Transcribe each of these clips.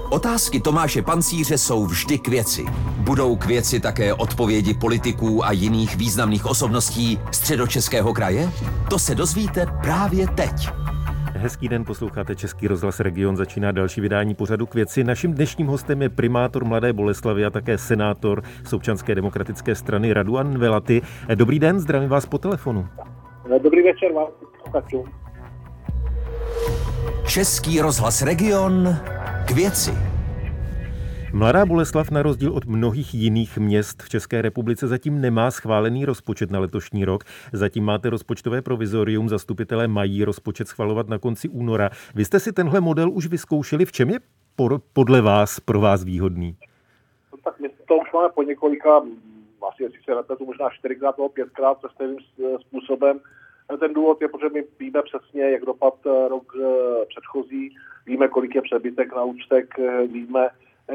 Otázky Tomáše Pancíře jsou vždy k věci. Budou k věci také odpovědi politiků a jiných významných osobností Středočeského kraje? To se dozvíte právě teď. Hezký den, posloucháte Český rozhlas Region, začíná další vydání pořadu K věci. Naším dnešním hostem je primátor Mladé Boleslavi a také senátor z Občanské demokratické strany Raduan Velaty. Dobrý den, zdravím vás po telefonu. Dobrý večer vám. Český rozhlas Region K věci. Mladá Boleslav na rozdíl od mnohých jiných měst v České republice zatím nemá schválený rozpočet na letošní rok. Zatím máte rozpočtové provizorium, zastupitelé mají rozpočet schvalovat na konci února. Vy jste si tenhle model už vyzkoušeli, v čem je podle vás pro vás výhodný? No, tak my to už máme po několika, asi jestli se to možná 4x nebo 5x stejným způsobem. Ten důvod je, protože my víme přesně, jak dopadl rok předchozí, víme, kolik je přebytek na účtech, víme,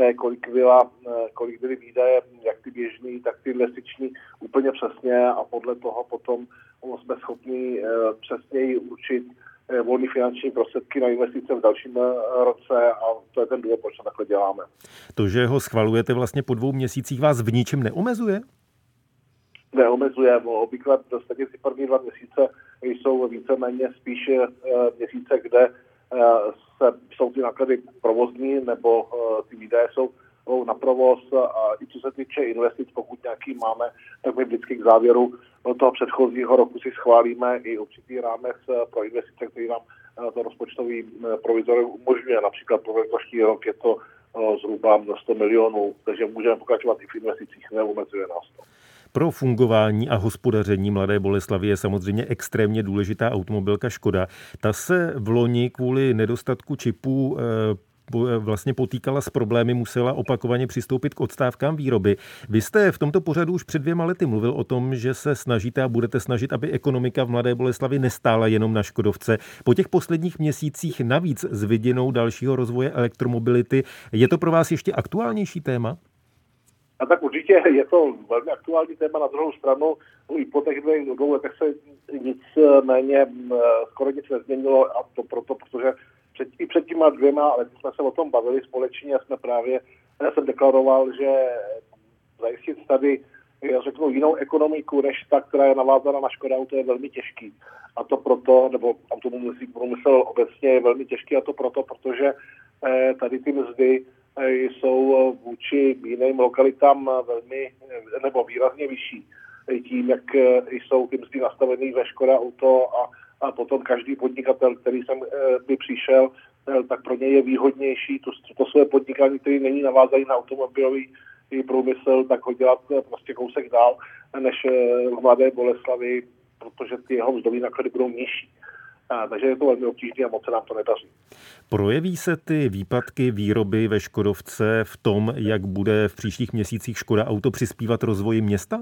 kolik byly výdaje, jak ty běžný, tak ty investiční, úplně přesně, a podle toho potom jsme schopni přesněji určit volné finanční prostředky na investice v dalším roce, a to je ten důvod, proč to takhle děláme. To, že ho schvalujete vlastně po 2 měsících, vás v ničem neomezuje? Neomezuje. Obvykle dostatě ty první 2 měsíce jsou víceméně spíš měsíce, kde jsou ty náklady provozní, nebo ty výdaje jsou na provoz, a i co se týče investic, pokud nějaký máme, tak my vždycky k závěru toho předchozího roku si schválíme i určitý rámec pro investice, který nám to rozpočtový provizorium umožňuje. Například pro letošní rok je to zhruba 100 milionů, takže můžeme pokračovat i v investicích, neomezuje nás to. Pro fungování a hospodaření Mladé Boleslavy je samozřejmě extrémně důležitá automobilka Škoda. Ta se v loni kvůli nedostatku čipů vlastně potýkala s problémy, musela opakovaně přistoupit k odstávkám výroby. Vy jste v tomto pořadu už před 2 lety mluvil o tom, že se snažíte a budete snažit, aby ekonomika v Mladé Boleslavi nestála jenom na Škodovce. Po těch posledních měsících navíc s vidinou dalšího rozvoje elektromobility, je to pro vás ještě aktuálnější téma? A tak určitě je to velmi aktuální téma. Na druhou stranu i po těch 2 letech se nic méně skoro nic nezměnilo, a to proto, protože před těma 2 lety jsme se o tom bavili společně a já jsem deklaroval, že zajistit tady, já řeknu, jinou ekonomiku než ta, která je navázána na Škoda Auto, je velmi těžký. A to proto, nebo automobilový průmysl obecně je velmi těžký, a to proto, protože tady ty mzdy jsou vůči jiným lokalitám velmi nebo výrazně vyšší. Tím, jak jsou ty mzdy nastavený ve Škoda Auto, a potom každý podnikatel, který sem by přišel, tak pro něj je výhodnější to své podnikání, který není navázaný na automobilový průmysl, tak ho dělat prostě kousek dál než v Mladé Boleslavi, protože ty jeho mzdové náklady budou nižší. Takže je to velmi obtížné a moc se nám to nedaří. Projeví se ty výpadky výroby ve Škodovce v tom, jak bude v příštích měsících Škoda Auto přispívat rozvoji města?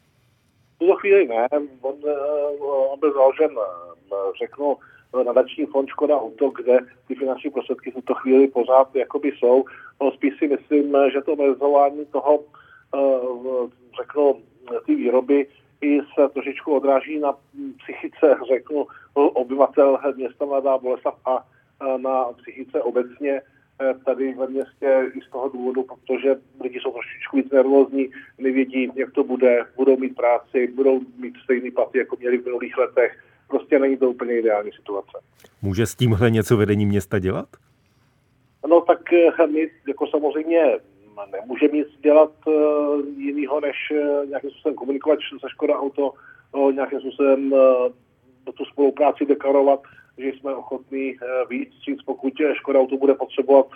V tuto chvíli ne. On byl založen, řeknu, nadační fond Škoda Auto, kde ty finanční prostředky v tuto chvíli pořád jakoby jsou. Spíš si myslím, že to omezování toho, řeknu, ty výroby i se trošičku odráží na psychice, řeknu, obyvatel města Mladá Boleslav a na psychice obecně tady ve městě i z toho důvodu, protože lidi jsou trošičku víc nervózní, nevědí, jak to bude, budou mít práci, budou mít stejný platy, jako měli v minulých letech. Prostě není to úplně ideální situace. Může s tímhle něco vedení města dělat? No tak my jako samozřejmě nemůžeme nic dělat jinýho, než nějakým způsobem komunikovat se Škoda Auto, nějakým způsobem tu spolupráci deklarovat, že jsme ochotní víc říct, pokud Škoda Auto bude potřebovat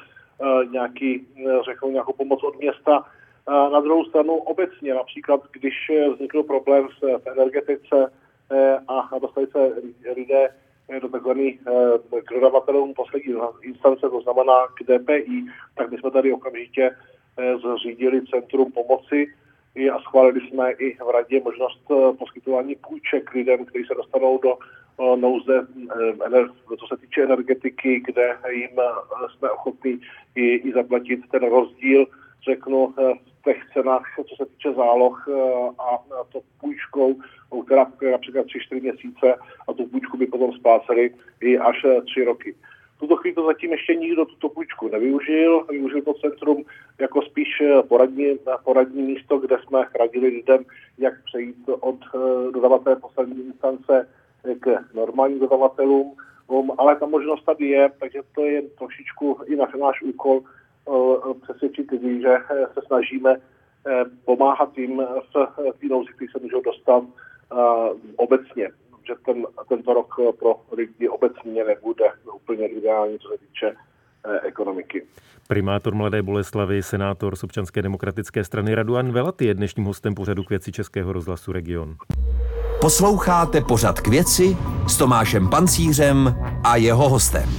nějakou pomoc od města. Na druhou stranu obecně, například když vznikl problém v energetice a dostali se lidé do takzvaných k dodavatelům poslední instance, to znamená k DPI, tak my jsme tady okamžitě zřídili centrum pomoci a schválili jsme i v radě možnost poskytování půjček lidem, kteří se dostanou do nouze, co se týče energetiky, kde jim jsme ochotní i zaplatit ten rozdíl, řeknu, v těch cenách, co se týče záloh, a to půjčkou, která například 3-4 měsíce, a tu půjčku by potom spláceli i až 3 roky. V tuto chvíli to zatím ještě nikdo tuto půjčku nevyužil. Využil to centrum jako spíš poradní místo, kde jsme radili lidem, jak přejít od dodavatele poslední instance k normálním dodavatelům. Ale ta možnost tady je, takže to je trošičku i náš úkol přesvědčit lidi, že se snažíme pomáhat jim v té nouzi, který se můžou dostat obecně. Že tento rok pro lidi obecně nebude úplně ideální, co se týče ekonomiky. Primátor Mladé Boleslavi, senátor z Občanské demokratické strany Radovan Velaty je dnešním hostem pořadu K věci Českého rozhlasu Region. Posloucháte pořad K věci s Tomášem Pancířem a jeho hostem.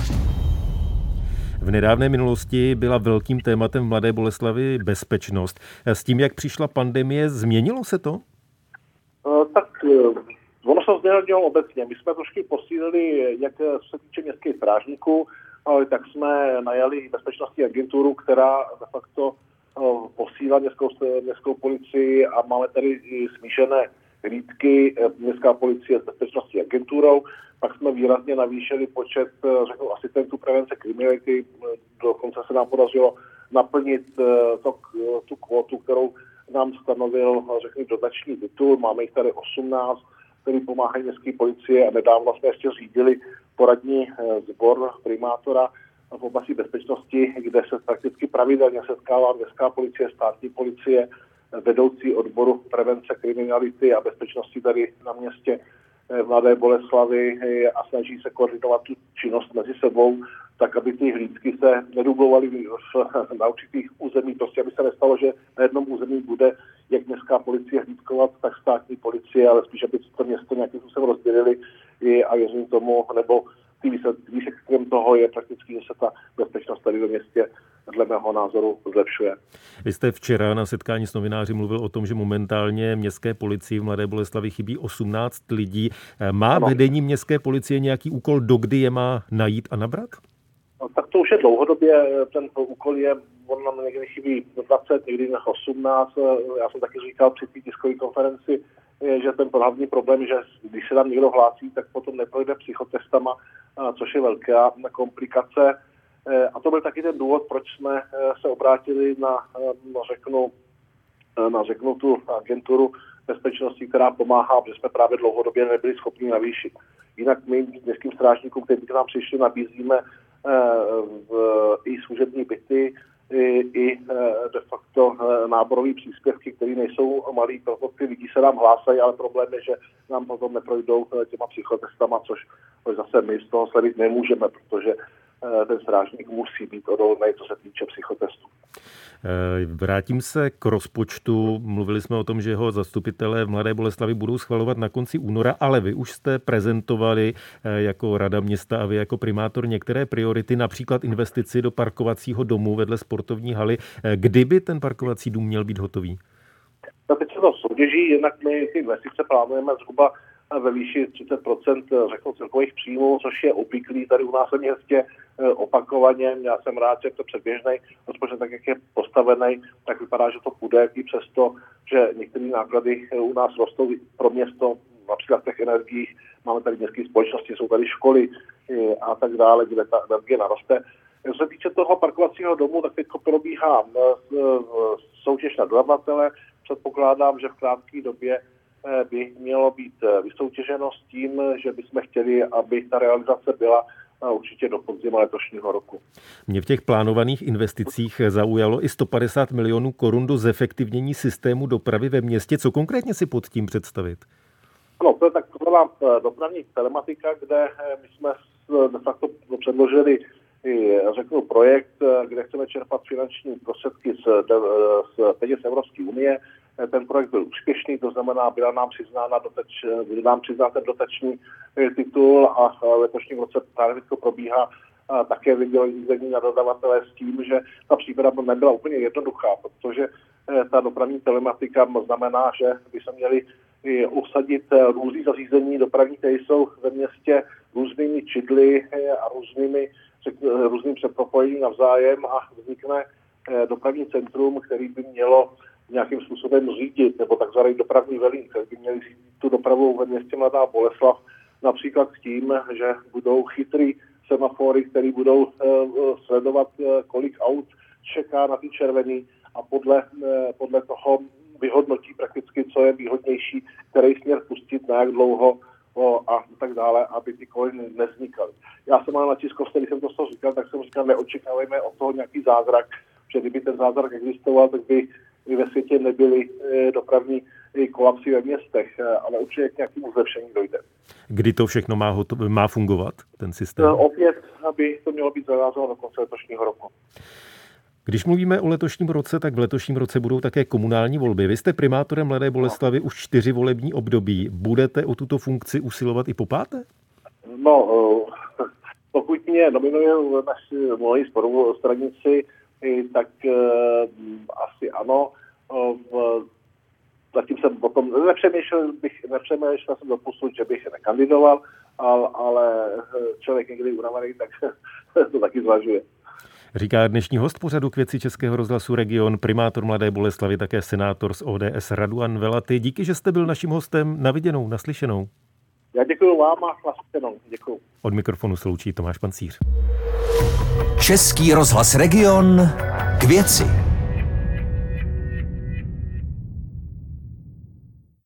V nedávné minulosti byla velkým tématem v Mladé Boleslavi bezpečnost. S tím, jak přišla pandemie, změnilo se to? Tak ono se změnilo obecně. My jsme trošku posílili, jak se týče městských strážníků, ale tak jsme najali bezpečnostní agenturu, která de facto posílá městskou policii a máme tady i smíšené hlídky městská policie s bezpečnostní agenturou. Pak jsme výrazně navýšili počet asistentů prevence kriminality. Dokonce se nám podařilo naplnit tu kvotu, kterou nám stanovil dotační titul. Máme jich tady 18, který pomáhají městské policie a nedávno jsme ještě zřídili poradní sbor primátora v oblasti bezpečnosti, kde se prakticky pravidelně setkává městská policie, státní policie, vedoucí odboru prevence kriminality a bezpečnosti tady na městě v Mladé Boleslavi a snaží se koordinovat tu činnost mezi sebou, tak aby ty hlídky se nedublovaly na určitých území, prostě aby se nestalo, že na jednom území bude jak městská policie hlídkovat, tak státní policie, ale spíš, aby to město nějakým způsobem rozdělili a věřím tomu, nebo výsledkem toho je prakticky, že se ta bezpečnost tady ve městě dle mého názoru zlepšuje. Vy jste včera na setkání s novináři mluvil o tom, že momentálně městské policii v Mladé Boleslavi chybí 18 lidí. Má vedení městské policie nějaký úkol, dokdy je má najít a nabrat? No, tak to už je dlouhodobě, ten úkol je, on nám někdy chybí 20, někdy 18. Já jsem taky říkal při té tiskové konferenci, že ten hlavní problém, že když se tam někdo hlásí, tak potom neprojde psychotestama, což je velká komplikace. A to byl taky ten důvod, proč jsme se obrátili na tu agenturu bezpečnosti, která pomáhá, protože jsme právě dlouhodobě nebyli schopni navýšit. Jinak my městským strážníkům, kteří k nám přišli, nabízíme i služební byty, i de facto náborové příspěvky, které nejsou malý, proto ty lidi se nám hlásají, ale problém je, že nám potom neprojdou těma psychotestama, což zase my z toho sledit nemůžeme, protože ten strážník musí být odolný, co se týče psychotestů. Vrátím se k rozpočtu. Mluvili jsme o tom, že ho zastupitelé v Mladé Boleslavi budou schvalovat na konci února, ale vy už jste prezentovali jako rada města a vy jako primátor některé priority, například investici do parkovacího domu vedle sportovní haly. Kdyby ten parkovací dům měl být hotový? Tak teď se to soutěží, jinak my ty investice plánujeme zhruba ve výši 30% celkových příjmů, což je obvyklý tady u nás ve městě opakovaně. Já jsem rád, že to předběžný rozpočet, tak jak je postavený, tak vypadá, že to půjde, i přesto, že některé náklady u nás rostou pro město, například v těch energiích. Máme tady městské společnosti, jsou tady školy a tak dále, kde ta energie naroste. Co se týče toho parkovacího domu, tak teď probíhá soutěž na dodavatele. Předpokládám, že v krátké době by mělo být vysoutěženo s tím, že bychom chtěli, aby ta realizace byla určitě do podzima letošního roku. Mě v těch plánovaných investicích zaujalo i 150 milionů korun do zefektivnění systému dopravy ve městě. Co konkrétně si pod tím představit? No, to je taková dopravní telematika, kde my jsme de facto předložili projekt, kde chceme čerpat finanční prostředky z peněz Evropské unie. Ten projekt byl úspěšný, to znamená, byl nám přiznán ten dotační titul a v letošním roce právě to probíhá také vydělení řízení na dodavatele s tím, že ta příprava nebyla úplně jednoduchá, protože ta dopravní telematika znamená, že by se měli usadit různý zařízení dopravní, které jsou ve městě různými čidly a různým přepropojením navzájem a vznikne dopravní centrum, který by mělo nějakým způsobem řídit, nebo takzvaný dopravní velín, který by měli řídit tu dopravu ve městě Mladá Boleslav, například tím, že budou chytrý semafory, které budou sledovat, kolik aut čeká na ty červený a podle toho vyhodnotí prakticky, co je výhodnější, který směr pustit, na jak dlouho a tak dále, aby ty koleje nevznikaly. Já jsem mal na tiskovce, když jsem to říkal, tak jsem říkal, neočekávejme od toho nějaký zázrak, že kdyby ten zázrak existoval, tak by ve světě nebyly dopravní kolapsy ve městech, ale určitě k nějakému zlepšení dojde. Kdy to všechno má fungovat, ten systém? Opět, aby to mělo být zavázáno do konce letošního roku. Když mluvíme o letošním roce, tak v letošním roce budou také komunální volby. Vy jste primátorem Mladé Boleslavi už 4 volební období. Budete o tuto funkci usilovat i po páté? No, pokud mě nominuje moji spolustranici, tak asi ano. Zatím jsem o tom nepřemýšlel jsem doposud, že bych nekandidoval, ale člověk někdy unavený, tak to taky zvažuje. Říká dnešní host pořadu K věci Českého rozhlasu Region, primátor Mladé Boleslavi, také senátor z ODS Raduan Velaty. Díky, že jste byl naším hostem. Na viděnou, naslyšenou. Já děkuji vám a naslyšenou. Děkuji. Od mikrofonu se loučí Tomáš Pancíř. Český rozhlas Region. K věci.